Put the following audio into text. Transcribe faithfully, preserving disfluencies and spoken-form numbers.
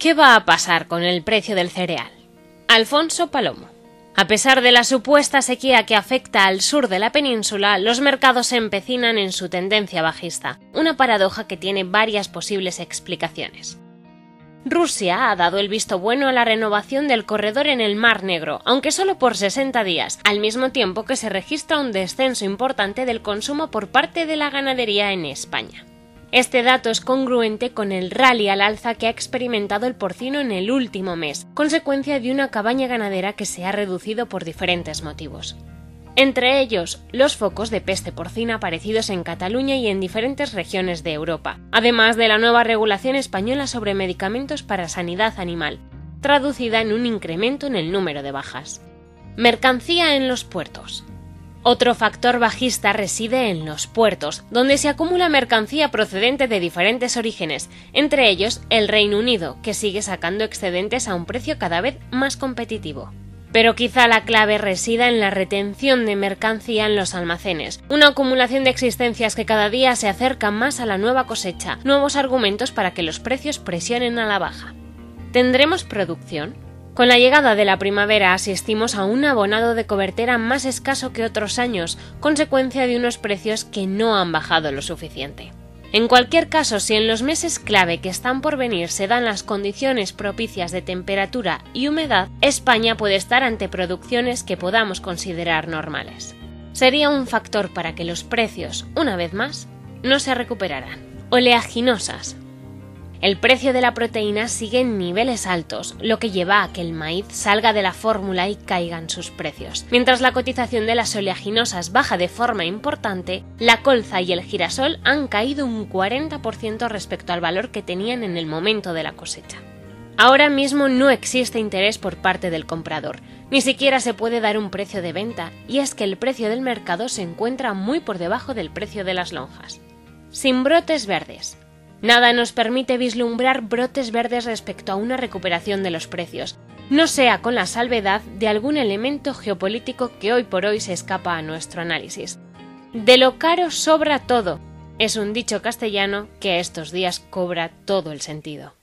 ¿Qué va a pasar con el precio del cereal? Alfonso Palomo. A pesar de la supuesta sequía que afecta al sur de la península, los mercados se empecinan en su tendencia bajista, una paradoja que tiene varias posibles explicaciones. Rusia ha dado el visto bueno a la renovación del corredor en el Mar Negro, aunque solo por sesenta días, al mismo tiempo que se registra un descenso importante del consumo por parte de la ganadería en España. Este dato es congruente con el rally al alza que ha experimentado el porcino en el último mes, consecuencia de una cabaña ganadera que se ha reducido por diferentes motivos. Entre ellos, los focos de peste porcina aparecidos en Cataluña y en diferentes regiones de Europa, además de la nueva regulación española sobre medicamentos para sanidad animal, traducida en un incremento en el número de bajas. Mercancía en los puertos. Otro factor bajista reside en los puertos, donde se acumula mercancía procedente de diferentes orígenes, entre ellos el Reino Unido, que sigue sacando excedentes a un precio cada vez más competitivo. Pero quizá la clave resida en la retención de mercancía en los almacenes, una acumulación de existencias que cada día se acercan más a la nueva cosecha, nuevos argumentos para que los precios presionen a la baja. ¿Tendremos producción? Con la llegada de la primavera asistimos a un abonado de cobertera más escaso que otros años, consecuencia de unos precios que no han bajado lo suficiente. En cualquier caso, si en los meses clave que están por venir se dan las condiciones propicias de temperatura y humedad, España puede estar ante producciones que podamos considerar normales. Sería un factor para que los precios, una vez más, no se recuperaran. Oleaginosas. El precio de la proteína sigue en niveles altos, lo que lleva a que el maíz salga de la fórmula y caigan sus precios. Mientras la cotización de las oleaginosas baja de forma importante, la colza y el girasol han caído un cuarenta por ciento respecto al valor que tenían en el momento de la cosecha. Ahora mismo no existe interés por parte del comprador, ni siquiera se puede dar un precio de venta, y es que el precio del mercado se encuentra muy por debajo del precio de las lonjas. Sin brotes verdes. Nada nos permite vislumbrar brotes verdes respecto a una recuperación de los precios, no sea con la salvedad de algún elemento geopolítico que hoy por hoy se escapa a nuestro análisis. De lo caro sobra todo, es un dicho castellano que estos días cobra todo el sentido.